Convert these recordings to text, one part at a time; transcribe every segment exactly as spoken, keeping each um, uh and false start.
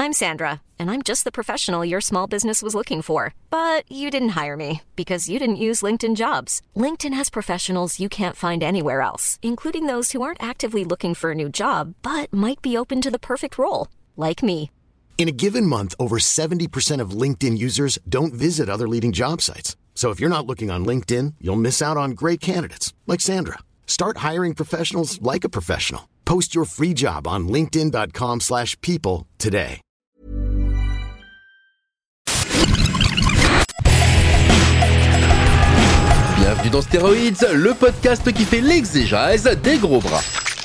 I'm Sandra, and I'm just the professional your small business was looking for. But you didn't hire me because you didn't use LinkedIn Jobs. LinkedIn has professionals you can't find anywhere else, including those who aren't actively looking for a new job, but might be open to the perfect role, like me. In a given month, over seventy percent of LinkedIn users don't visit other leading job sites. So if you're not looking on LinkedIn, you'll miss out on great candidates like Sandra. Start hiring professionals like a professional. Post your free job on linkedin.com slash people today. Bienvenue dans Stéroïdes, le podcast qui fait l'exégèse des gros bras.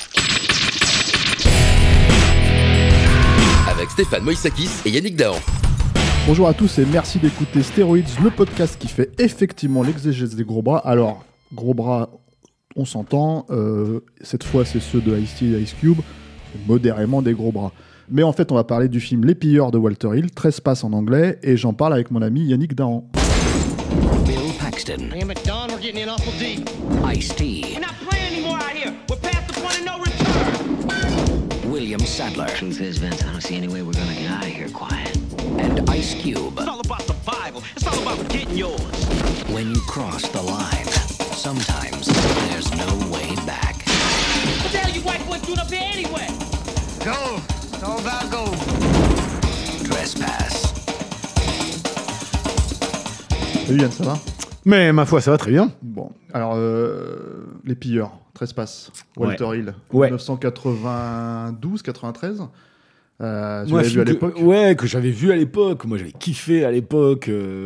Avec Stéphane Moïsakis et Yannick Dahan. Bonjour à tous et merci d'écouter Stéroïdes, le podcast qui fait effectivement l'exégèse des gros bras. Alors, gros bras, on s'entend, euh, cette fois c'est ceux de Ice-T et Ice Cube, modérément des gros bras. Mais en fait, on va parler du film Les Pilleurs de Walter Hill, Trespass en anglais, et j'en parle avec mon ami Yannick Dahan. Bill Paxton. Damn it, Don, we're getting in awful deep. Ice-T. We're not playing anymore out here. We're past the point of no return. William Sadler. Truth is, Vince, I don't see any way we're gonna get out of here quiet. And Ice Cube. It's all about survival. It's all about getting yours. When you cross the line, sometimes there's no way back. What the hell you white boys doing up here anyway? Go. It's all about go. Trespass. Salut Yann, ça va ? Mais ma foi, ça va très bien. Bon, alors, euh, Les Pilleurs, Trespass, Walter Ouais. Hill, Ouais. dix-neuf cent quatre-vingt-douze quatre-vingt-treize. Euh, tu Moi, l'avais vu à que- l'époque ? Ouais, que j'avais vu à l'époque. Moi, j'avais kiffé à l'époque.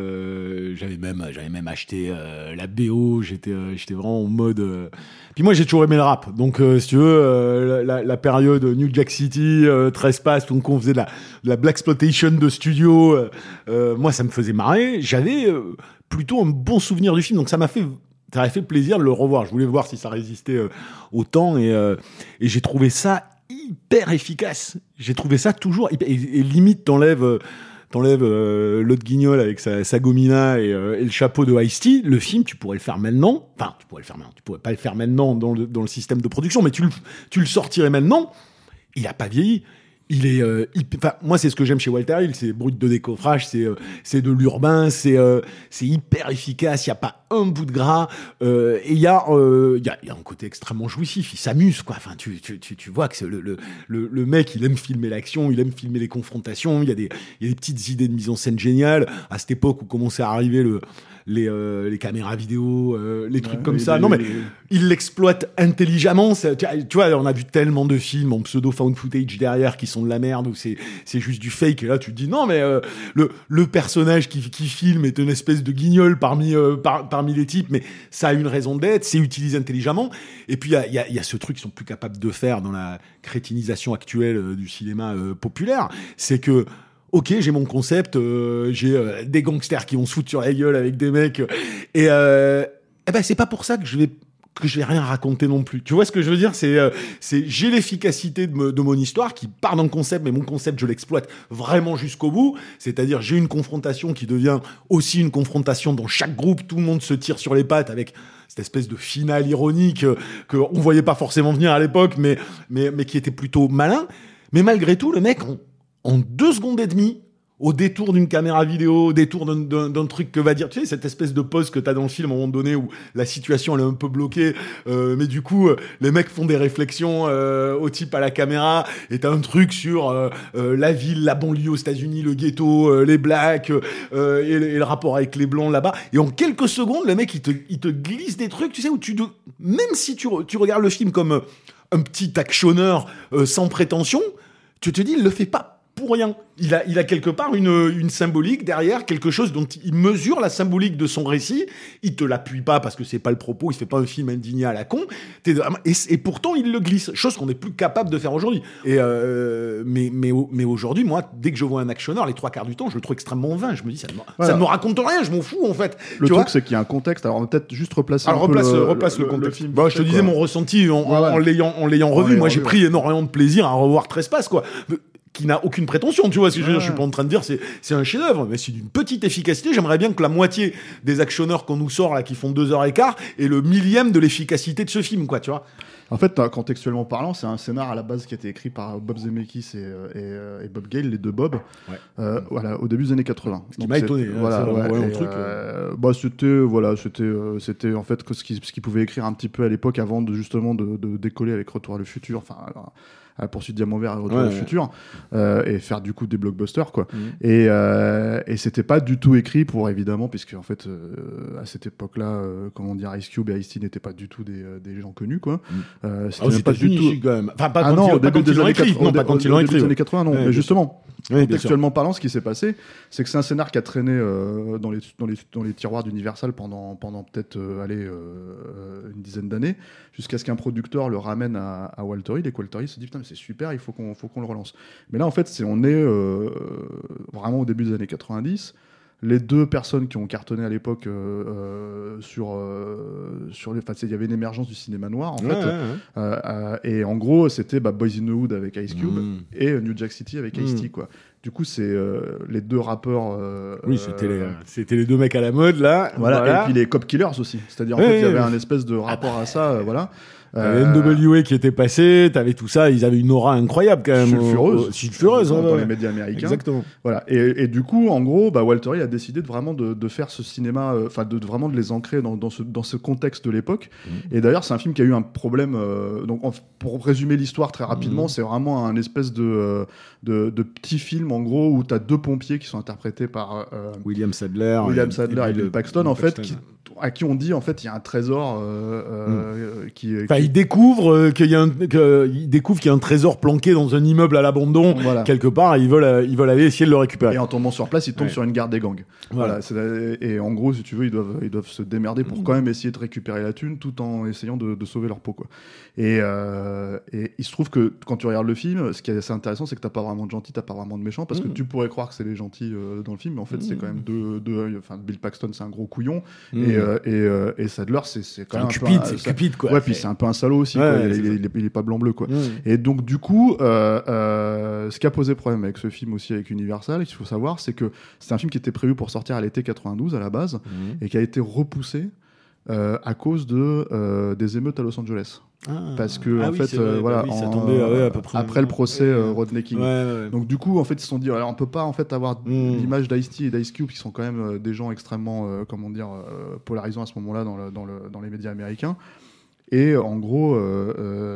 Euh, j'avais même, j'avais même acheté euh, la B O. J'étais, euh, j'étais vraiment en mode. Euh... Puis moi, j'ai toujours aimé le rap. Donc, euh, si tu veux, euh, la, la période New Jack City, euh, Trespass, donc on faisait de la, de la blaxploitation de studio. Euh, euh, moi, ça me faisait marrer. J'avais euh, plutôt un bon souvenir du film. Donc, ça m'a fait. Ça m'a fait plaisir de le revoir. Je voulais voir si ça résistait euh, au temps et, euh, et j'ai trouvé ça hyper efficace. J'ai trouvé ça toujours hyper, et, et limite t'enlèves euh, t'enlèves euh, l'autre guignol avec sa, sa gomina et, euh, et le chapeau de Ice-T. Le film, tu pourrais le faire maintenant. Enfin, tu pourrais le faire maintenant. Tu pourrais pas le faire maintenant dans le, dans le système de production, mais tu le, tu le sortirais maintenant. Il a pas vieilli. Il est, euh, hyper, enfin, moi, c'est ce que j'aime chez Walter Hill, c'est brut de décoffrage, c'est, euh, c'est de l'urbain, c'est, euh, c'est hyper efficace. Il y a pas un bout de gras, euh, et il y a, euh, il y a, il y a un côté extrêmement jouissif. Il s'amuse, quoi. Enfin, tu, tu, tu, tu vois que c'est le, le, le, le mec, il aime filmer l'action, il aime filmer les confrontations. Il y a des, il y a des petites idées de mise en scène géniales. À cette époque où commençait à arriver le, les, euh, les caméras vidéo, euh, les trucs Ouais, comme les- ça. les- Non, mais les- il l'exploite intelligemment. Ça, tu, tu vois, on a vu tellement de films en pseudo found footage derrière qui sont de la merde où c'est, c'est juste du fake. Et là, tu te dis non, mais euh, le, le personnage qui, qui filme est une espèce de guignol parmi, euh, par, parmi les types, mais ça a une raison d'être, c'est utilisé intelligemment. Et puis, il y a, y, a, y a ce truc qu'ils sont plus capables de faire dans la crétinisation actuelle euh, du cinéma euh, populaire. C'est que, ok, j'ai mon concept, euh, j'ai euh, des gangsters qui vont se foutre sur la gueule avec des mecs, euh, et euh, eh ben c'est pas pour ça que je vais que je vais rien raconter non plus. Tu vois ce que je veux dire ? C'est, euh, c'est j'ai l'efficacité de, me, de mon histoire qui part d'un concept, mais mon concept je l'exploite vraiment jusqu'au bout. C'est-à-dire j'ai une confrontation qui devient aussi une confrontation dans chaque groupe. Tout le monde se tire sur les pattes avec cette espèce de finale ironique euh, que on voyait pas forcément venir à l'époque, mais mais mais qui était plutôt malin. Mais malgré tout, le mec en, en deux secondes et demie, au détour d'une caméra vidéo, au détour d'un, d'un, d'un truc que va dire, tu sais, cette espèce de pause que t'as dans le film à un moment donné où la situation elle est un peu bloquée, euh, mais du coup, euh, les mecs font des réflexions euh, au type à la caméra, et t'as un truc sur euh, euh, la ville, la banlieue aux États-Unis, le ghetto, euh, les blacks, euh, et, le, et le rapport avec les blancs là-bas. Et en quelques secondes, le mec, il te, il te glisse des trucs, tu sais, où tu, même si tu, tu regardes le film comme un petit actionneur euh, sans prétention, tu te dis, il le fait pas pour rien. Il a, il a quelque part une, une symbolique derrière, quelque chose dont il mesure la symbolique de son récit. Il te l'appuie pas parce que c'est pas le propos, il fait pas un film indigné à la con. T'es, et, et pourtant, il le glisse. Chose qu'on n'est plus capable de faire aujourd'hui. Et euh, mais, mais, mais aujourd'hui, moi, dès que je vois un actionneur, les trois quarts du temps, je le trouve extrêmement vain. Je me dis, ça ne me, voilà. ça ne me raconte rien, je m'en fous, en fait. Le tu truc, vois c'est qu'il y a un contexte. Alors, on va peut-être juste replacer Alors, un replace, peu le, replace le, le, contexte. le film. Bah, je te disais quoi. mon ressenti en, Ouais, ouais. en, en l'ayant, en l'ayant En revu. l'ayant Moi, j'ai revu, pris ouais. énormément de plaisir à revoir Trespass, quoi. qui n'a aucune prétention, tu vois ce que je veux dire. Ouais. Je suis pas en train de dire c'est c'est un chef-d'œuvre, mais c'est d'une petite efficacité. J'aimerais bien que la moitié des actionneurs qu'on nous sort là, qui font deux heures et quart, aient le millième de l'efficacité de ce film, quoi, tu vois. En fait, contextuellement parlant, c'est un scénar à la base qui a été écrit par Bob Zemeckis et, et, et Bob Gale, les deux Bob, ouais. euh, voilà, au début des années quatre-vingts. Ce qui m'a étonné. Hein, voilà, ouais, ouais, et, truc, euh, euh... bah, c'était, voilà, c'était, euh, c'était en fait ce qu'ils, ce qu'ils pouvaient écrire un petit peu à l'époque avant de justement de, de décoller avec Retour à le futur, enfin. Alors, à la poursuite Diamant Vert et Retour ouais, au ouais. futur, euh, et faire du coup des blockbusters, quoi. Mmh. Et, euh, et c'était pas du tout écrit pour, évidemment, puisque en fait, euh, à cette époque-là, euh, comment dire, Ice Cube et Ice-T n'étaient pas du tout des, euh, des gens connus, quoi. Mmh. Euh, c'était ah, même pas du tout. Quand même. Enfin, pas ah quand non, ils, au pas début quand des ils l'ont années écrit. quatre-vingts, Non, pas quand ils l'ont écrit. Des années quatre-vingts, non. Ouais, mais justement, oui, contextuellement parlant, ce qui s'est passé, c'est que c'est un scénar qui a traîné euh, dans, les, dans, les, dans les tiroirs d'Universal pendant, pendant peut-être euh, allez, euh, une dizaine d'années, jusqu'à ce qu'un producteur le ramène à, à Walter Hill, et que Walter Hill se dit putain, mais c'est super, il faut qu'on, faut qu'on le relance. Mais là, en fait, c'est, on est euh, vraiment au début des années quatre-vingt-dix. Les deux personnes qui ont cartonné à l'époque euh, euh, sur, euh, sur les, enfin, il y avait une émergence du cinéma noir, en ouais, fait. Ouais, ouais. Euh, euh, et en gros, c'était bah, Boys in the Hood avec Ice Cube mmh. et New Jack City avec mmh. Ice-T, quoi. Du coup, c'est euh, les deux rappeurs. Euh, oui, c'était les, c'était les deux mecs à la mode, là. Voilà, voilà. et puis les Cop Killers aussi. C'est-à-dire, en ouais, fait, il y ouais, avait ouais. un espèce de rapport à ça, euh, voilà. T'avais euh... N W A qui était passé, t'avais tout ça, ils avaient une aura incroyable quand même. Sulfureuse. Sulfureuse, dans, ouais, dans ouais. les médias américains. Exactement. Voilà. Et, et du coup, en gros, bah, Walter Hill a décidé de vraiment de, de faire ce cinéma, enfin, euh, de, de vraiment de les ancrer dans, dans, ce, dans ce contexte de l'époque. Mmh. Et d'ailleurs, c'est un film qui a eu un problème. Euh, donc, en, pour résumer l'histoire très rapidement, mmh. c'est vraiment un espèce de, euh, de, de petit film, en gros, où t'as deux pompiers qui sont interprétés par euh, William Sadler, William Sadler et, et Bill Paxton, Bill en fait, Paxton. Qui, à qui on dit en fait il y a un trésor euh, euh, mmh. qui, enfin qui... il découvre euh, qu'il y a un que, il découvre qu'il y a un trésor planqué dans un immeuble à l'abandon voilà. quelque part et ils veulent euh, ils veulent aller essayer de le récupérer et en tombant sur place ils tombent ouais. sur une garde des gangs voilà, voilà. et en gros si tu veux ils doivent ils doivent se démerder pour mmh. quand même essayer de récupérer la thune tout en essayant de, de sauver leur peau, quoi. Et, euh, et il se trouve que quand tu regardes le film, ce qui est assez intéressant, c'est que t'as pas vraiment de gentils, t'as pas vraiment de méchants, parce mmh. que tu pourrais croire que c'est les gentils euh, dans le film, mais en fait mmh. c'est quand même deux, deux enfin Bill Paxton c'est un gros couillon mmh. et, euh, et, euh, et Sadler c'est, c'est quand même un cupide, peu un, c'est cupide quoi. Ouais, puis c'est un peu un salaud aussi, ouais, quoi. Ouais, il, c'est il, il, est, il est pas blanc-bleu, quoi. Mmh. Et donc du coup, euh, euh, ce qui a posé problème avec ce film aussi avec Universal, qu'il faut savoir, c'est que c'est un film qui était prévu pour sortir à l'été quatre-vingt-douze à la base mmh. et qui a été repoussé euh, à cause de euh, des émeutes à Los Angeles. Ah, parce que ah en oui, fait vrai, euh, voilà bah oui, ça en, tombait, ouais, à peu près après le procès euh, Rodney King. Ouais, ouais. Donc du coup en fait ils se sont dit alors, on peut pas en fait avoir mm. l'image d'Ice-T et d'Ice Cube qui sont quand même euh, des gens extrêmement euh, comment dire euh, polarisants à ce moment-là dans le, dans, le, dans les médias américains. Et en gros euh,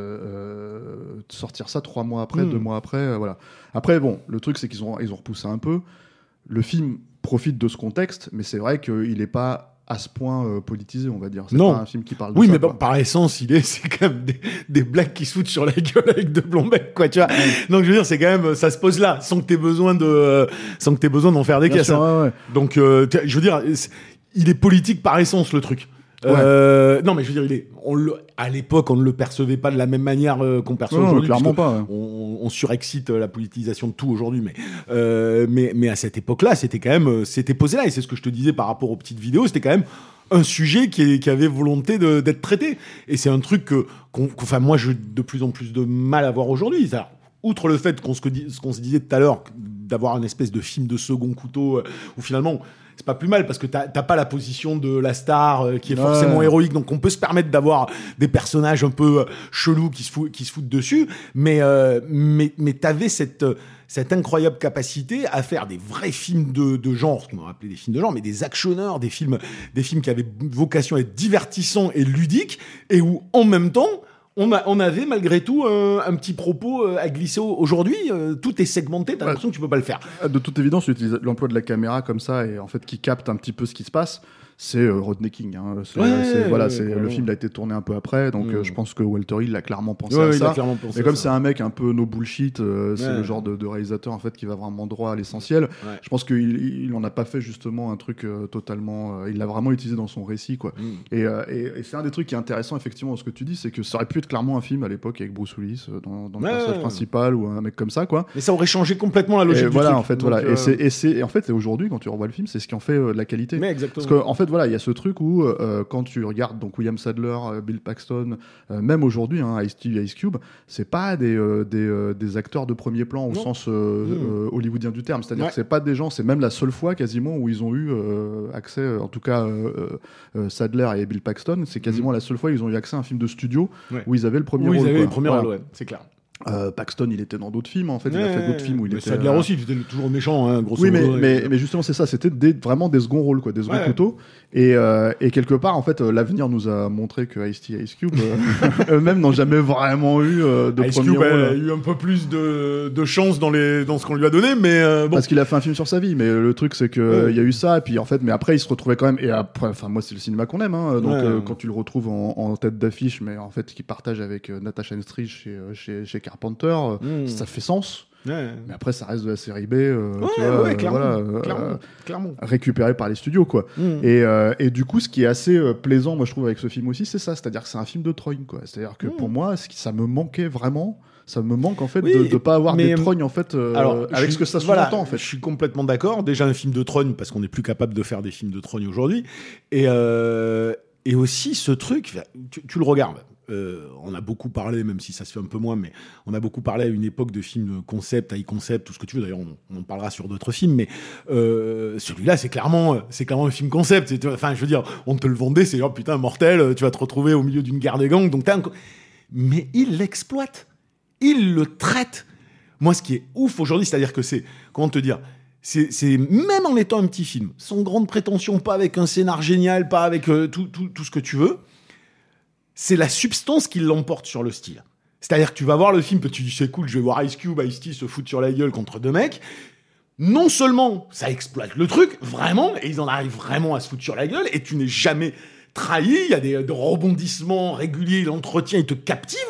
euh, sortir ça trois mois après, mm. deux mois après, euh, voilà. Après bon, le truc c'est qu'ils ont ils ont repoussé un peu. Le film profite de ce contexte, mais c'est vrai qu'il est pas à ce point euh, politisé, on va dire. C'est non. pas un film qui parle de oui, ça. Oui, mais quoi. Bon, par essence, il est, c'est quand même des, des blagues qui se foutent sur la gueule avec deux blonds mecs, quoi, tu vois. Mm. Donc, je veux dire, c'est quand même, ça se pose là, sans que t'aies besoin de, euh, sans que t'aies besoin d'en faire des Bien caisses. Sûr, ouais, ouais. Donc, euh, je veux dire, il est politique par essence, le truc. Ouais. Euh, non, mais je veux dire, il est, on le, à l'époque, on ne le percevait pas de la même manière euh, qu'on perçoit non, aujourd'hui. Clairement pas. Ouais. On, on surexcite la politisation de tout aujourd'hui, mais, euh, mais, mais à cette époque-là, c'était quand même, c'était posé là, et c'est ce que je te disais par rapport aux petites vidéos, c'était quand même un sujet qui, est, qui avait volonté de, d'être traité. Et c'est un truc que, qu'on, enfin, moi, j'ai de plus en plus de mal à voir aujourd'hui. Alors, outre le fait qu'on se, ce qu'on se disait tout à l'heure, d'avoir une espèce de film de second couteau, où finalement, c'est pas plus mal parce que t'as, t'as pas la position de la star euh, qui est forcément ouais. héroïque, donc on peut se permettre d'avoir des personnages un peu euh, chelous qui se, fou- qui se foutent dessus, mais, euh, mais, mais t'avais cette, cette incroyable capacité à faire des vrais films de, de genre, ce qu'on va appeler des films de genre, mais des actionneurs, des films, des films qui avaient vocation à être divertissants et ludiques, et où en même temps, On, a, on avait malgré tout euh, un petit propos euh, à glisser aujourd'hui. Euh, tout est segmenté, t'as ouais. l'impression que tu peux pas le faire. De toute évidence, l'emploi de la caméra comme ça et en fait qui capte un petit peu ce qui se passe, c'est euh, Rodney King. Hein. C'est, ouais, c'est, voilà, ouais, c'est, ouais. le film a été tourné un peu après, donc mmh. euh, je pense que Walter Hill a clairement pensé ouais, à ouais, ça. Clairement pensé et comme ça. c'est un mec un peu no bullshit, euh, c'est ouais. le genre de, de réalisateur en fait qui va vraiment droit à l'essentiel. Ouais. Je pense qu'il il en a pas fait justement un truc euh, totalement. Euh, il l'a vraiment utilisé dans son récit, quoi. Mmh. Et, euh, et, et c'est un des trucs qui est intéressant effectivement dans ce que tu dis, c'est que ça aurait pu être clairement un film à l'époque avec Bruce Willis euh, dans, dans le ouais, personnage ouais. principal ou un mec comme ça, quoi. Mais ça aurait changé complètement la logique. Et du voilà, truc. en fait, donc, voilà. Euh... Et c'est, et c'est, et en fait, aujourd'hui, quand tu revois le film, c'est ce qui en fait euh, de la qualité. Mais exactement. Parce que en fait, fait, voilà, il y a ce truc où euh, quand tu regardes donc William Sadler, euh, Bill Paxton, euh, même aujourd'hui, hein, Ice-T, Ice Cube, c'est pas des euh, des, euh, des acteurs de premier plan au non. sens euh, mmh. euh, hollywoodien du terme. C'est-à-dire ouais. que c'est pas des gens, c'est même la seule fois quasiment où ils ont eu euh, accès, euh, en tout cas euh, euh, Sadler et Bill Paxton, c'est quasiment mmh. la seule fois où ils ont eu accès à un film de studio ouais. où ils avaient le premier où rôle. Ils avaient quoi. le premier voilà. rôle, ouais, c'est clair. Euh, Paxton, il était dans d'autres films en fait. Ouais, il a fait d'autres films où il mais était. Sadler euh... aussi, il était toujours méchant, hein, grosso oui, mais, modo. mais, mais justement, c'est ça. C'était des, vraiment des seconds rôles, quoi, des seconds ouais. couteaux. Et, euh, et quelque part, en fait, euh, l'avenir nous a montré que Ice-T et Ice Cube euh, eux-mêmes n'ont jamais vraiment eu euh, de Ice premier Cube rôle. a eu un peu plus de, de chance dans les dans ce qu'on lui a donné, mais euh, bon. Parce qu'il a fait un film sur sa vie. Mais le truc, c'est que il ouais. y a eu ça. Et puis en fait, mais après, il se retrouvait quand même. Et après, enfin, moi, c'est le cinéma qu'on aime. Hein, donc, ouais, euh, ouais. quand tu le retrouves en, en tête d'affiche, mais en fait, qu'il partage avec euh, Natasha Henstridge chez, chez, chez Carpenter, euh, mmh. ça fait sens. Ouais. Mais après, ça reste de la série B, euh, ouais, tu vois, ouais, euh, clairement, voilà, euh, clairement, euh, clairement. récupéré par les studios, quoi. Mmh. Et, euh, et du coup, ce qui est assez euh, plaisant, moi, je trouve, avec ce film aussi, c'est ça, c'est-à-dire que c'est un film de trogne, quoi. C'est-à-dire que mmh. pour moi, ce qui, ça me manquait vraiment. Ça me manque en fait oui, de ne pas avoir mais, des trognes en fait euh, alors, avec je, ce que ça voilà, sous-entend en fait. Je suis complètement d'accord. Déjà un film de trogne parce qu'on n'est plus capable de faire des films de trogne aujourd'hui. Et euh, et aussi ce truc, tu, tu le regardes. Euh, on a beaucoup parlé, même si ça se fait un peu moins, mais on a beaucoup parlé à une époque de films concept, high concept, tout ce que tu veux. D'ailleurs, on, on en parlera sur d'autres films, mais euh, celui-là, c'est clairement, c'est clairement un film concept. C'est, enfin, je veux dire, on te le vendait, c'est genre putain mortel, tu vas te retrouver au milieu d'une guerre des gangs, donc t'as un... mais il l'exploite, il le traite. Moi, ce qui est ouf aujourd'hui, c'est-à-dire que c'est, comment te dire, c'est, c'est même en étant un petit film, sans grande prétention, pas avec un scénar génial, pas avec euh, tout, tout, tout ce que tu veux. C'est la substance qui l'emporte sur le style. C'est-à-dire que tu vas voir le film, tu dis c'est cool, je vais voir Ice Cube, Ice-T se foutre sur la gueule contre deux mecs. Non seulement ça exploite le truc, vraiment, et ils en arrivent vraiment à se foutre sur la gueule, et tu n'es jamais trahi, il y a des, des rebondissements réguliers, l'entretien, il te captive,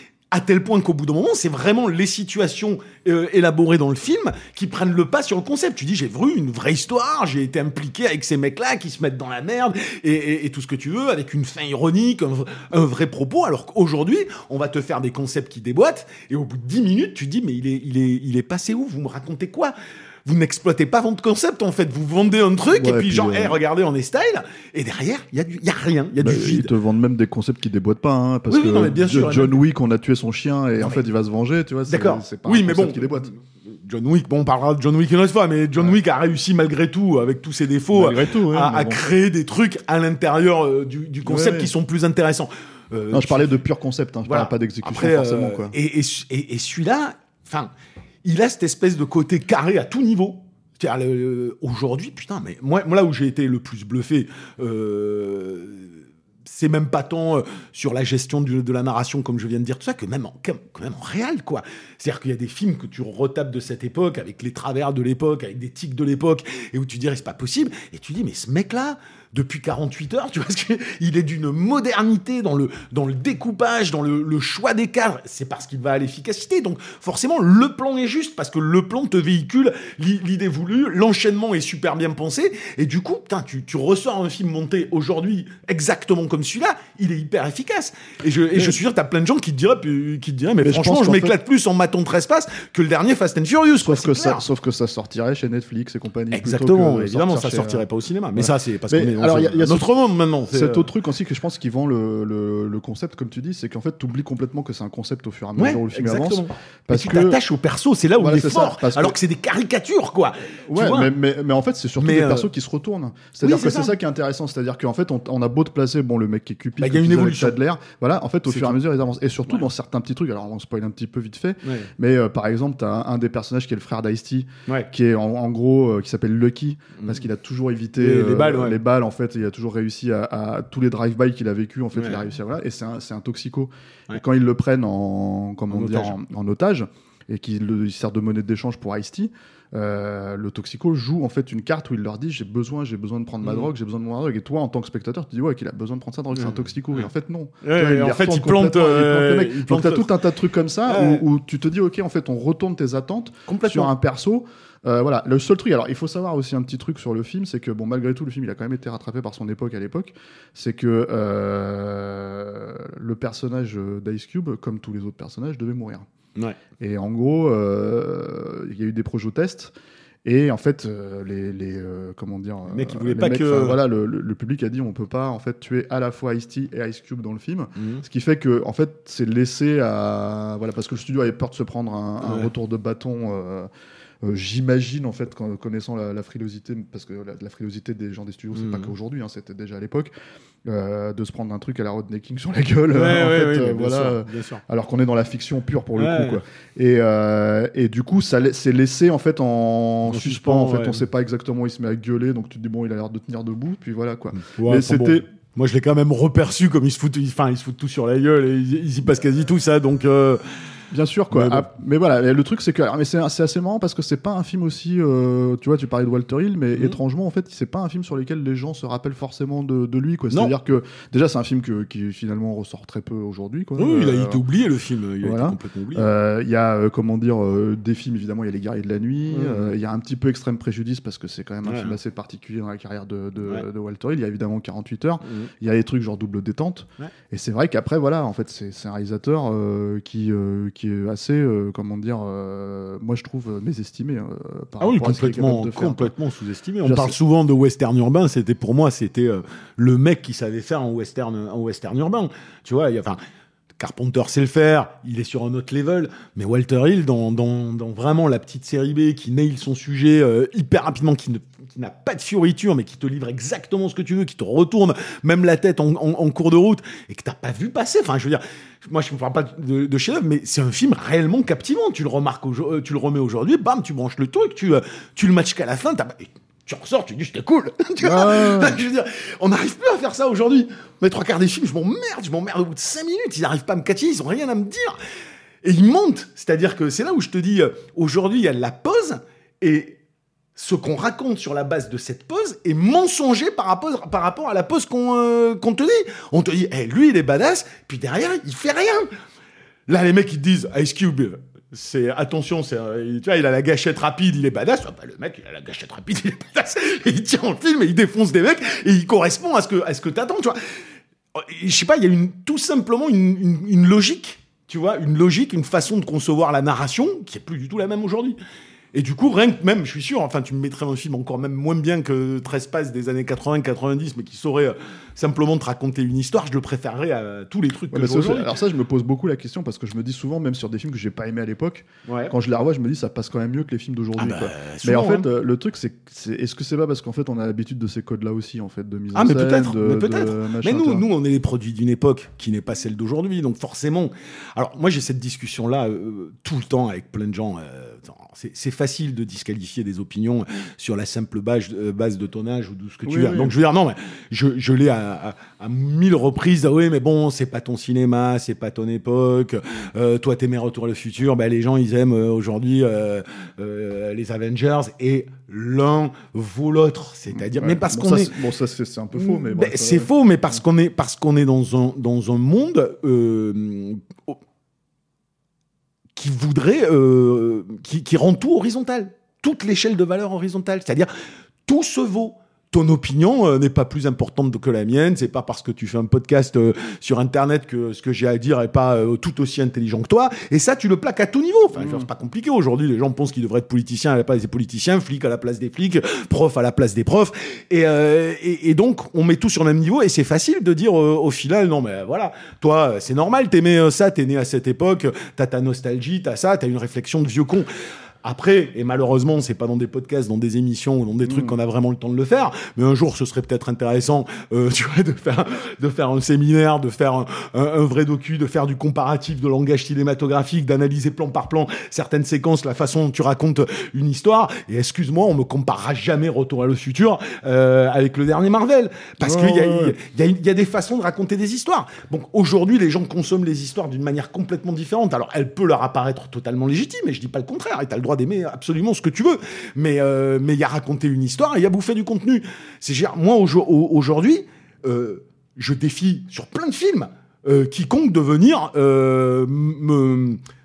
à tel point qu'au bout d'un moment, c'est vraiment les situations euh, élaborées dans le film qui prennent le pas sur le concept. Tu dis, j'ai vu une vraie histoire, j'ai été impliqué avec ces mecs-là qui se mettent dans la merde et, et, et tout ce que tu veux, avec une fin ironique, un, un vrai propos, alors qu'aujourd'hui, on va te faire des concepts qui déboîtent, et au bout de dix minutes, tu dis, mais il est, il est, il est passé où? Vous me racontez quoi? Vous n'exploitez pas votre concept, en fait. Vous vendez un truc, ouais, et puis, puis genre, euh... hey, regardez, on est style. Et derrière, il y a du, y a rien. Il y a bah, du vide. Ils te vendent même des concepts qui déboîtent pas, hein, parce oui, que oui, non, mais bien sûr, John même... Wick, on a tué son chien, et non, en mais... fait, il va se venger, tu vois. C'est, D'accord. C'est pas oui, un mais concept bon. qui déboîte. John Wick, bon, on parlera de John Wick une autre fois, mais John ouais. Wick a réussi malgré tout, avec tous ses défauts, tout, ouais, à, à bon. créer des trucs à l'intérieur euh, du, du concept ouais. qui sont plus intéressants. Euh, non, je parlais de pur concept, hein, je voilà. parlais pas d'exécution Après, forcément, euh, quoi. Et, et, et, et celui-là, enfin, il a cette espèce de côté carré à tout niveau. C'est-à-dire, le, aujourd'hui, putain, mais moi, moi, là où j'ai été le plus bluffé, euh, c'est même pas tant sur la gestion du, de la narration, comme je viens de dire, tout ça, que même en, quand même en réel, quoi. C'est-à-dire qu'il y a des films que tu retapes de cette époque, avec les travers de l'époque, avec des tics de l'époque, et où tu dirais, c'est pas possible, et tu dis, mais ce mec-là, depuis quarante-huit heures, tu vois, parce qu'il est d'une modernité dans le, dans le découpage, dans le, le choix des cadres, c'est parce qu'il va à l'efficacité, donc forcément, le plan est juste, parce que le plan te véhicule l'idée voulue, l'enchaînement est super bien pensé, et du coup, putain, tu, tu ressors un film monté aujourd'hui exactement comme celui-là, il est hyper efficace. Et je, et mais, je suis sûr que t'as plein de gens qui te diraient, qui te diraient mais, mais franchement, je, je m'éclate fait... plus en matant Trespass que le dernier Fast and Furious. Sauf, que ça, sauf que ça sortirait chez Netflix et compagnie. Exactement, évidemment, ça sortirait pas au cinéma. Mais ça, c'est parce qu'on est alors, il y a notre monde maintenant. Cet autre truc aussi que je pense qui vend le, le, le concept, comme tu dis, c'est qu'en fait, tu oublies complètement que c'est un concept au fur et à mesure ouais, où le film exactement. avance. Parce que tu t'attaches au perso, c'est là où voilà, il est fort. Ça, alors que... que c'est des caricatures, quoi. Ouais, mais, mais, mais en fait, c'est surtout mais des euh... persos qui se retournent. C'est-à-dire oui, que c'est c'est ça. ça qui est intéressant. C'est-à-dire qu'en fait, on, on a beau te placer, bon, le mec qui est Cupid, il y a une évolution. De l'air, voilà, en fait, au c'est fur et à tout. mesure, ils avancent. Et surtout ouais. dans certains petits trucs. Alors, on spoil un petit peu vite fait, ouais. mais euh, par exemple, t'as un, un des personnages qui est le frère d'Ice-T, ouais. qui est en, en gros, euh, qui s'appelle Lucky, mmh. parce qu'il a toujours évité les, euh, les balles. Ouais. Les balles, en fait, il a toujours réussi à, à tous les drive-by qu'il a vécu. En fait, ouais. il a réussi à voilà. Et c'est un, c'est un toxico. Ouais. Et quand ils le prennent en, comment en dire, otage. En, en otage, et qu'il il sert de monnaie d'échange pour Ice-T, euh, le toxico joue en fait une carte où il leur dit j'ai besoin, j'ai besoin de prendre ma mmh. drogue, j'ai besoin de mon drogue. Et toi, en tant que spectateur, tu dis ouais qu'il a besoin de prendre sa drogue, mmh. c'est un toxico. Mmh. Et en fait non. Ouais, vois, il en fait, il plante, euh, il plante le mec. il Donc plante t'as tout un tas de trucs comme ça ouais. où, où tu te dis ok en fait on retourne tes attentes sur un perso. Euh, voilà, le seul truc. Alors, il faut savoir aussi un petit truc sur le film, c'est que bon, malgré tout, le film, il a quand même été rattrapé par son époque à l'époque. C'est que euh, le personnage d'Ice Cube, comme tous les autres personnages, devait mourir. Ouais. Et en gros, euh, il y a eu des projets tests. Et en fait, euh, les, les euh, comment dire, les mecs, ils euh, voulaient les pas mecs, que voilà, le, le, le public a dit on peut pas en fait tuer à la fois Ice-T et Ice Cube dans le film, mmh. ce qui fait que en fait c'est laissé à voilà parce que le studio avait peur de se prendre un, un ouais. retour de bâton. Euh, Euh, j'imagine en fait, quand, connaissant la, la frilosité, parce que la, la frilosité des gens des studios, c'est mmh. pas qu'aujourd'hui, hein, c'était déjà à l'époque, euh, de se prendre un truc à la Rodney King sur la gueule, ouais, euh, en ouais, fait, ouais, euh, bien voilà, sûr, bien sûr. alors qu'on est dans la fiction pure pour le ouais. coup, quoi. Et, euh, et du coup, ça c'est laissé en fait en, en suspens. suspens en fait, ouais. On sait pas exactement où il se met à gueuler, donc tu te dis bon, il a l'air de tenir debout, puis voilà quoi. Ouais, mais c'était. Bon. Moi, je l'ai quand même reperçu comme ils se foutent, enfin, ils se foutent tout sur la gueule et ils, ils y passent quasi tout ça, donc. Euh... Bien sûr, quoi. Mais, bon. ah, mais voilà, le truc, c'est que. Alors, mais c'est, c'est assez marrant parce que c'est pas un film aussi. Euh, tu vois, tu parlais de Walter Hill, mais mmh. étrangement, en fait, c'est pas un film sur lequel les gens se rappellent forcément de, de lui, quoi. C'est-à-dire que, déjà, c'est un film que, qui finalement ressort très peu aujourd'hui, quoi. Oui, euh, il a été oublié, le film. Il a voilà. été complètement oublié. Il euh, y a, euh, comment dire, euh, des films, évidemment, il y a Les Guerriers de la Nuit. Il mmh. euh, y a un petit peu Extrême Préjudice parce que c'est quand même un ouais. film assez particulier dans la carrière de, de, ouais. de Walter Hill. Il y a évidemment quarante-huit heures. Il mmh. y a des trucs genre Double Détente. Ouais. Et c'est vrai qu'après, voilà, en fait, c'est, c'est un réalisateur euh, qui, euh, qui est assez. Euh, comment dire, euh, moi je trouve euh, mésestimé. Euh, par ah oui, complètement, de complètement sous-estimé. On Genre parle c'est... souvent de western urbain. C'était pour moi, c'était euh, le mec qui savait faire un western, un western urbain. Tu vois, enfin. Carpenter sait le faire, il est sur un autre level, mais Walter Hill, dans, dans, dans vraiment la petite série B, qui nail son sujet euh, hyper rapidement, qui, ne, qui n'a pas de fioriture, mais qui te livre exactement ce que tu veux, qui te retourne même la tête en, en, en cours de route, et que t'as pas vu passer. Enfin, je veux dire, moi je ne parle pas de, de chef-d'œuvre, mais c'est un film réellement captivant. Tu le remarques, au, tu le remets aujourd'hui, bam, tu branches le truc, tu, tu le matches qu'à la fin, t'as pas... Tu ressors, tu dis c'était cool. Tu vois ah. Je veux dire, on n'arrive plus à faire ça aujourd'hui. Mais trois quarts des films, je m'emmerde, je m'emmerde au bout de cinq minutes. Ils n'arrivent pas à me catcher, ils ont rien à me dire. Et ils montent. C'est-à-dire que c'est là où je te dis, aujourd'hui, il y a de la pause et ce qu'on raconte sur la base de cette pause est mensonger par rapport, par rapport à la pause qu'on, euh, qu'on te dit. On te dit, hey, lui, il est badass, puis derrière, il fait rien. Là, les mecs, ils te disent, Ice Cube, c'est attention, c'est tu vois, il a la gâchette rapide, il est badass. Bah, le mec, il a la gâchette rapide, il est badass. Et il tient en film et il défonce des mecs et il correspond à ce que à ce que t'attends, tu vois. Je sais pas, il y a une tout simplement une, une, une logique, tu vois, une logique, une façon de concevoir la narration qui est plus du tout la même aujourd'hui. Et du coup, rien que même, je suis sûr, enfin, tu me mettrais un film encore même moins bien que treize passes des années quatre-vingts quatre-vingt-dix, mais qui saurait euh, simplement te raconter une histoire, je le préférerais à tous les trucs ouais, que je vois. Alors ça, je me pose beaucoup la question parce que je me dis souvent, même sur des films que j'ai pas aimés à l'époque, ouais. quand je les revois, je me dis ça passe quand même mieux que les films d'aujourd'hui. Ah bah, quoi. Souvent, mais en fait, hein. le truc, c'est, c'est, est-ce que c'est pas parce qu'en fait, on a l'habitude de ces codes-là aussi, en fait, de mise en ah, mais scène, peut-être, de, mais peut-être. De machin, mais nous, nous, on est les produits d'une époque qui n'est pas celle d'aujourd'hui, donc forcément. Alors moi, j'ai cette discussion-là euh, tout le temps avec plein de gens. Euh, c'est, c'est facile de disqualifier des opinions sur la simple base, euh, base de ton âge ou de ce que tu oui, as. oui. Donc je veux dire, non, mais je, je l'ai à, à, à mille reprises. Ah oui, mais bon, c'est pas ton cinéma, c'est pas ton époque. Euh, toi, t'aimais Retour à le futur. Ben, les gens, ils aiment euh, aujourd'hui euh, euh, les Avengers et l'un vaut l'autre. C'est-à-dire, ouais. mais parce bon, qu'on ça, est. C'est, bon, ça, c'est, c'est un peu faux, mais. Ben, Bref, c'est euh... faux, mais parce qu'on est, parce qu'on est dans un, dans un monde. Euh, qui voudrait, euh, qui, qui rend tout horizontal, toute l'échelle de valeur horizontale, c'est-à-dire tout se vaut. Ton opinion euh, n'est pas plus importante que la mienne, c'est pas parce que tu fais un podcast euh, sur internet que ce que j'ai à dire est pas euh, tout aussi intelligent que toi, et ça tu le plaques à tout niveau. Enfin, mmh. c'est pas compliqué aujourd'hui, les gens pensent qu'ils devraient être politiciens à la place des politiciens, flics à la place des flics, profs à la place des profs, et, euh, et, et donc on met tout sur le même niveau, et c'est facile de dire euh, au final, non mais voilà, toi c'est normal, t'aimais ça, t'es né à cette époque, t'as ta nostalgie, t'as ça, t'as une réflexion de vieux con. Après, et malheureusement, c'est pas dans des podcasts, dans des émissions ou dans des trucs mmh. qu'on a vraiment le temps de le faire, mais un jour, ce serait peut-être intéressant, euh, tu vois, de faire, de faire un séminaire, de faire un, un, un vrai docu, de faire du comparatif de langage cinématographique, d'analyser plan par plan certaines séquences, la façon dont tu racontes une histoire. Et excuse-moi, on me comparera jamais Retour à le futur euh, avec le dernier Marvel, parce oh, qu'il y a, ouais. il y a, il y a des façons de raconter des histoires. Donc aujourd'hui, les gens consomment les histoires d'une manière complètement différente. Alors, elle peut leur apparaître totalement légitime, et je dis pas le contraire. Et t'as le droit d'aimer absolument ce que tu veux, mais euh, mais il y a raconter une histoire et il y a bouffer du contenu. C'est genre, moi au, au, aujourd'hui, euh, je défie sur plein de films euh, quiconque de venir euh, me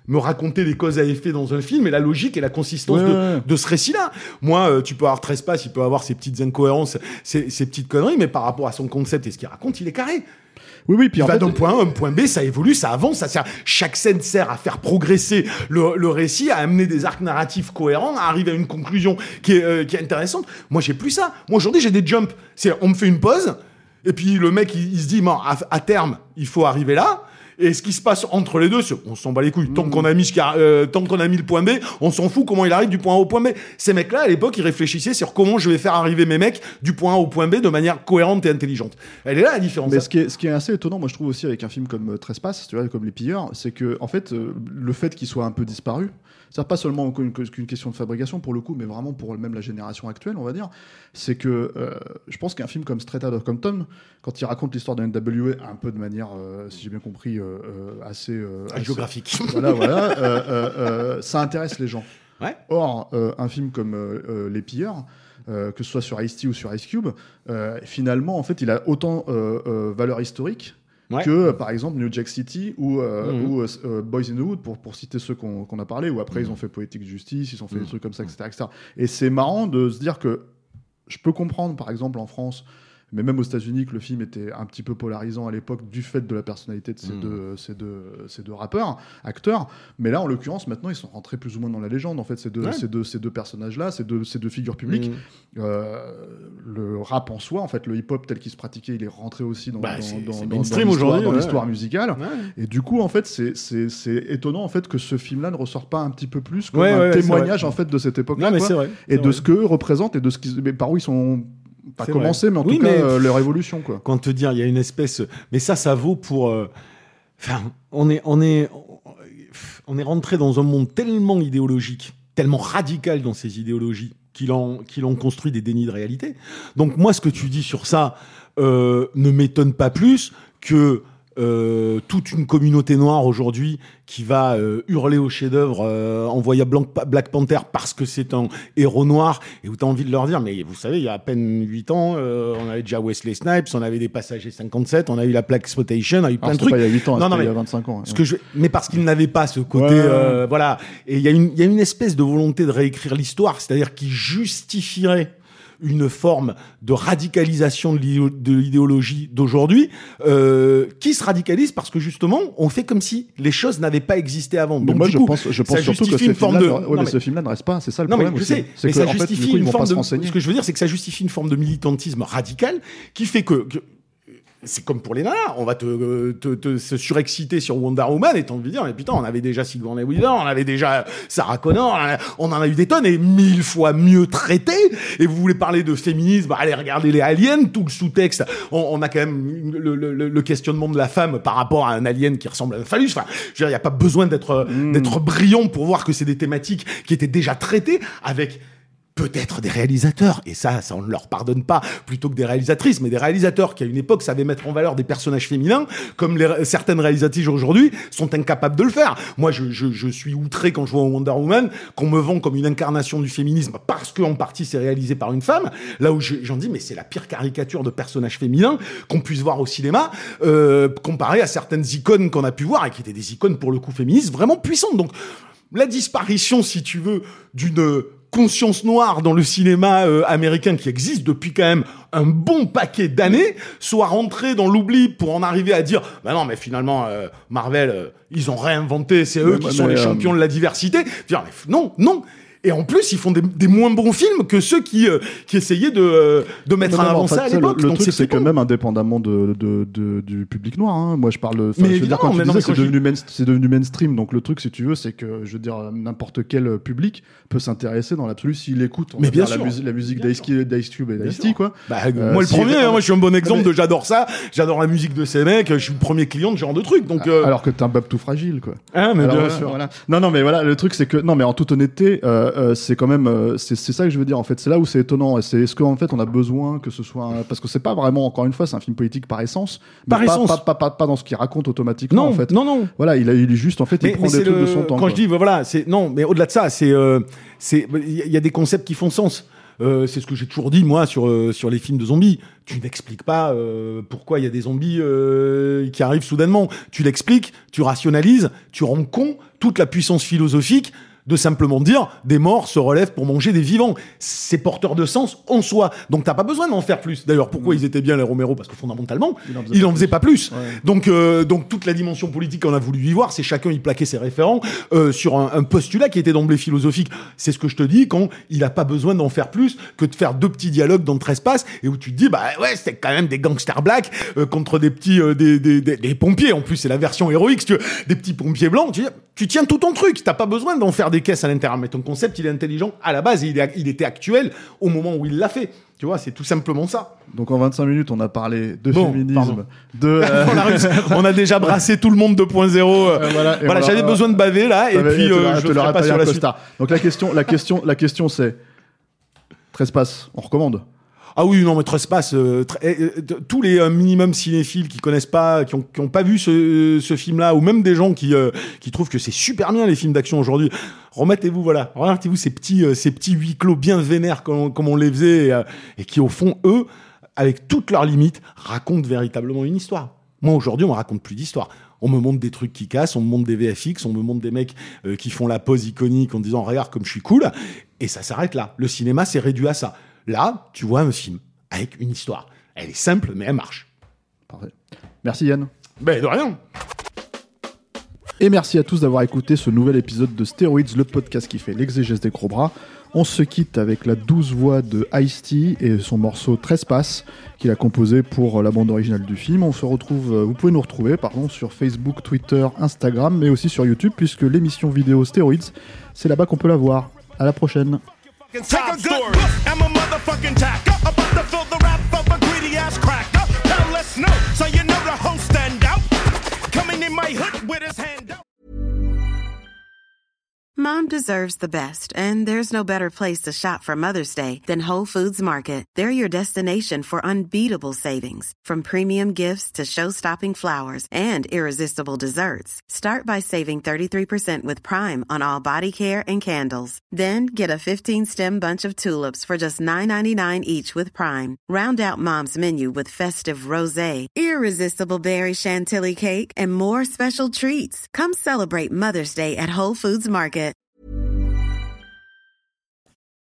me raconter les causes à effet dans un film et la logique et la consistance ouais, de, ouais. de ce récit-là. Moi, euh, tu peux avoir Trespass, il peut avoir ses petites incohérences, ses, ses petites conneries, mais par rapport à son concept et ce qu'il raconte, il est carré. Oui, oui, puis il en va fait, d'un point A à un point B, ça évolue, ça avance, ça sert. Chaque scène sert à faire progresser le, le récit, à amener des arcs narratifs cohérents, à arriver à une conclusion qui est, euh, qui est intéressante. Moi, j'ai plus ça. Moi, aujourd'hui, j'ai des jumps. C'est, on me fait une pause, et puis le mec, il, il se dit, bon, à, à terme, il faut arriver là. Et ce qui se passe entre les deux, c'est, on s'en bat les couilles. Tant mmh. qu'on a mis, euh, tant qu'on a mis le point B, on s'en fout comment il arrive du point A au point B. Ces mecs-là, à l'époque, ils réfléchissaient sur comment je vais faire arriver mes mecs du point A au point B de manière cohérente et intelligente. Elle est là, la différence. Mais ce qui est, ce qui est assez étonnant, moi, je trouve aussi avec un film comme euh, Trespass, tu vois, comme Les Pilleurs, c'est que, en fait, euh, le fait qu'il soit un peu disparu, c'est pas seulement qu'une, qu'une question de fabrication pour le coup, mais vraiment pour même la génération actuelle, on va dire, c'est que euh, je pense qu'un film comme Straight Outta Compton, quand il raconte l'histoire de N W A un peu de manière, euh, si j'ai bien compris, euh, assez, euh, assez géographique, voilà, voilà, euh, euh, euh, ça intéresse les gens. Ouais. Or, euh, un film comme euh, Les Pilleurs, euh, que ce soit sur Ice-T ou sur Ice Cube, euh, finalement, en fait, il a autant euh, euh, valeur historique. Ouais. Que euh, par exemple New Jack City ou, euh, mmh. ou euh, Boys in the Hood pour, pour citer ceux qu'on, qu'on a parlé, où après mmh. ils ont fait Poetic Justice, ils ont fait mmh. des trucs comme ça, et cetera, et cetera. Et c'est marrant de se dire que je peux comprendre par exemple en France, mais même aux États-Unis, que le film était un petit peu polarisant à l'époque du fait de la personnalité de ces, mmh. deux, ces, deux, ces deux rappeurs, acteurs. Mais là, en l'occurrence, maintenant, ils sont rentrés plus ou moins dans la légende, en fait, ces deux, ouais. ces deux, ces deux personnages-là, ces deux, ces deux figures publiques. Mmh. Euh, le rap en soi, en fait, le hip-hop tel qu'il se pratiquait, il est rentré aussi dans, bah, dans, c'est, dans, c'est dans, mainstream dans, l'histoire, aujourd'hui, dans ouais. l'histoire musicale. Ouais. Et du coup, en fait, c'est, c'est, c'est étonnant, en fait, que ce film-là ne ressort pas un petit peu plus comme ouais, un ouais, témoignage, en fait, de cette époque-là. Non, mais c'est vrai. Et c'est de vrai. ce qu'eux représentent et de ce qu'ils, mais par où ils sont... Pas c'est commencé, vrai. mais en oui, tout cas, mais euh, leur évolution, quoi. Quand te dire, il y a une espèce... Mais ça, ça vaut pour... Enfin, euh... on est, on est, on est rentré dans un monde tellement idéologique, tellement radical dans ces idéologies, qu'il en, qu'il en construit des dénis de réalité. Donc moi, ce que tu dis sur ça euh, ne m'étonne pas plus que... Euh, toute une communauté noire aujourd'hui qui va euh, hurler au chef-d'œuvre euh, en voyant Black Panther parce que c'est un héros noir, et où t'as envie de leur dire, mais vous savez, il y a à peine huit ans, euh, on avait déjà Wesley Snipes, on avait des Passagers cinquante-sept, on a eu la Black Exploitation, on a eu plein Alors, de trucs. Pas il y a huit ans, non, non, mais, il y a vingt-cinq ans. Ouais. Ce que je, mais parce qu'ils n'avaient pas ce côté, ouais. euh, voilà. Et il y a une, il y a une espèce de volonté de réécrire l'histoire, c'est-à-dire qui justifierait une forme de radicalisation de l'idéologie d'aujourd'hui, euh, qui se radicalise parce que justement, on fait comme si les choses n'avaient pas existé avant. Donc, Donc moi, du je coup, pense, je pense ça surtout que justifie ce une forme film-là, de. ouais, non, mais mais... ce film-là ne reste pas. C'est ça le non, problème. Mais je aussi. sais, c'est mais que, ça en fait, justifie du coup, ils une vont forme pas se de. renseigner. Ce que je veux dire, c'est que ça justifie une forme de militantisme radical qui fait que. que c'est comme pour les nanas, on va te, te, te se surexciter sur Wonder Woman et t'as envie de dire, mais putain, on avait déjà Sigourney Weaver, on avait déjà Sarah Connor, on en a eu des tonnes et mille fois mieux traité. Et vous voulez parler de féminisme, bah, allez regarder les aliens, tout le sous-texte. On, on a quand même le, le, le questionnement de la femme par rapport à un alien qui ressemble à un phallus. Enfin, je veux dire, il n'y a pas besoin d'être, mmh. d'être brillant pour voir que c'est des thématiques qui étaient déjà traitées avec peut-être des réalisateurs, et ça, ça on ne leur pardonne pas, plutôt que des réalisatrices, mais des réalisateurs qui à une époque savaient mettre en valeur des personnages féminins, comme les, certaines réalisatrices aujourd'hui sont incapables de le faire. Moi, je, je, je suis outré quand je vois Wonder Woman, qu'on me vend comme une incarnation du féminisme, parce qu'en partie c'est réalisé par une femme, là où je, j'en dis, mais c'est la pire caricature de personnage féminin qu'on puisse voir au cinéma, euh, comparé à certaines icônes qu'on a pu voir, et qui étaient des icônes pour le coup féministes vraiment puissantes. Donc, la disparition, si tu veux, d'une conscience noire dans le cinéma euh, américain qui existe depuis quand même un bon paquet d'années, soit rentré dans l'oubli pour en arriver à dire bah non mais finalement euh, Marvel euh, ils ont réinventé, c'est eux mais, qui mais, sont mais, les euh... champions de la diversité. Dire, mais non non. Et en plus, ils font des, des moins bons films que ceux qui, euh, qui essayaient de, euh, de mettre non, non, en avant en fait, ça à l'époque. Le, le Donc truc, c'est, c'est que même indépendamment de, de, de, du public noir, hein, moi je parle. Mais je veux dire, quand tu mais disais, non, c'est, quand devenu je... main, c'est devenu mainstream. Donc le truc, si tu veux, c'est que je veux dire, n'importe quel public peut s'intéresser dans l'absolu s'il écoute. Mais bien sûr. La, mus- la musique d'Ice Cube et d'Ice-T, quoi. Bah, euh, moi, le si premier, hein, moi je suis un bon exemple mais... de j'adore ça, j'adore la musique de ces mecs, je suis le premier client de ce genre de truc. Donc, euh... Alors que t'es un bab tout fragile, quoi. Ah, mais Alors, bien voilà, sûr. Voilà. Non, non, mais voilà, le truc, c'est que, non, mais en toute honnêteté, euh, euh, c'est quand même, euh, c'est, c'est ça que je veux dire, en fait. C'est là où c'est étonnant. C'est, est-ce qu'en fait, on a besoin que ce soit un... parce que c'est pas vraiment, encore une fois, c'est un film politique par essence. Par pas, essence. Pas, pas, pas, pas dans ce qu'il raconte automatiquement, non, en fait. Non, non. Voilà, il a, il est juste, en fait, il mais, prend mais des trucs le... de son temps. Quand quoi. je dis, voilà, c'est, non, mais au-delà de ça, c'est, euh, c'est, il y a des concepts qui font sens. Euh, c'est ce que j'ai toujours dit, moi, sur, euh, sur les films de zombies. Tu n'expliques pas euh, pourquoi il y a des zombies euh, qui arrivent soudainement. Tu l'expliques, tu rationalises, tu rends con toute la puissance philosophique de simplement dire des morts se relèvent pour manger des vivants. C'est porteur de sens en soi. Donc t'as pas besoin d'en faire plus. D'ailleurs, pourquoi mmh. ils étaient bien les Romero ? Parce que fondamentalement, il en faisait pas plus. Pas plus. Ouais. Donc, euh, donc toute la dimension politique qu'on a voulu y voir, c'est chacun y plaquer ses référents euh, sur un, un postulat qui était d'emblée philosophique. C'est ce que je te dis quand il a pas besoin d'en faire plus que de faire deux petits dialogues dans Trespass et où tu te dis bah ouais c'était quand même des gangsters blacks euh, contre des petits euh, des, des, des, des pompiers. En plus c'est la version héroïque, si tu veux, des petits pompiers blancs. Tu, tu tiens tout ton truc. T'as pas besoin d'en faire des caisses à l'intérieur, mais ton concept il est intelligent à la base et il, est, il était actuel au moment où il l'a fait. Tu vois, c'est tout simplement ça. Donc en vingt-cinq minutes, on a parlé de bon, féminisme, pardon. de euh... on, a réussi, on a déjà brassé tout le monde deux point zéro. Euh, voilà, voilà j'avais euh, besoin de baver là et puis euh, je le ferai pas sur la suite. Donc la question, la question, la question c'est Trespass, on recommande. Ah oui, non, mais Trespass, euh, tra- euh, tous les euh, minimum cinéphiles qui connaissent pas, qui ont, qui ont pas vu ce, ce film-là, ou même des gens qui, euh, qui trouvent que c'est super bien les films d'action aujourd'hui, remettez-vous, voilà, remettez-vous ces petits, euh, ces petits huis clos bien vénères comme, comme on les faisait, et, euh, et qui au fond, eux, avec toutes leurs limites, racontent véritablement une histoire. Moi, aujourd'hui, on me raconte plus d'histoire. On me montre des trucs qui cassent, on me montre des V F X, on me montre des mecs euh, qui font la pose iconique en disant « Regarde comme je suis cool », et ça s'arrête là. Le cinéma, c'est réduit à ça. Là, tu vois un film avec une histoire. Elle est simple, mais elle marche. Parfait. Merci Yann. Ben, de rien. Et merci à tous d'avoir écouté ce nouvel épisode de Steroids, le podcast qui fait l'exégèse des gros bras. On se quitte avec la douce voix de Ice-T et son morceau Trespass qu'il a composé pour la bande originale du film. On se retrouve, vous pouvez nous retrouver pardon, sur Facebook, Twitter, Instagram, mais aussi sur YouTube, puisque l'émission vidéo Steroids, c'est là-bas qu'on peut la voir. À la prochaine. Take a good look at my motherfucking tack. About to fill the rap of a greedy ass cracker. Now let's know, so you know the host stand out. Coming in my hood with his hand out. Mom deserves the best, and there's no better place to shop for Mother's Day than Whole Foods Market. They're your destination for unbeatable savings, from premium gifts to show-stopping flowers and irresistible desserts. Start by saving thirty-three percent with Prime on all body care and candles. Then get a fifteen-stem bunch of tulips for just nine ninety-nine each with Prime. Round out Mom's menu with festive rosé, irresistible berry chantilly cake, and more special treats. Come celebrate Mother's Day at Whole Foods Market.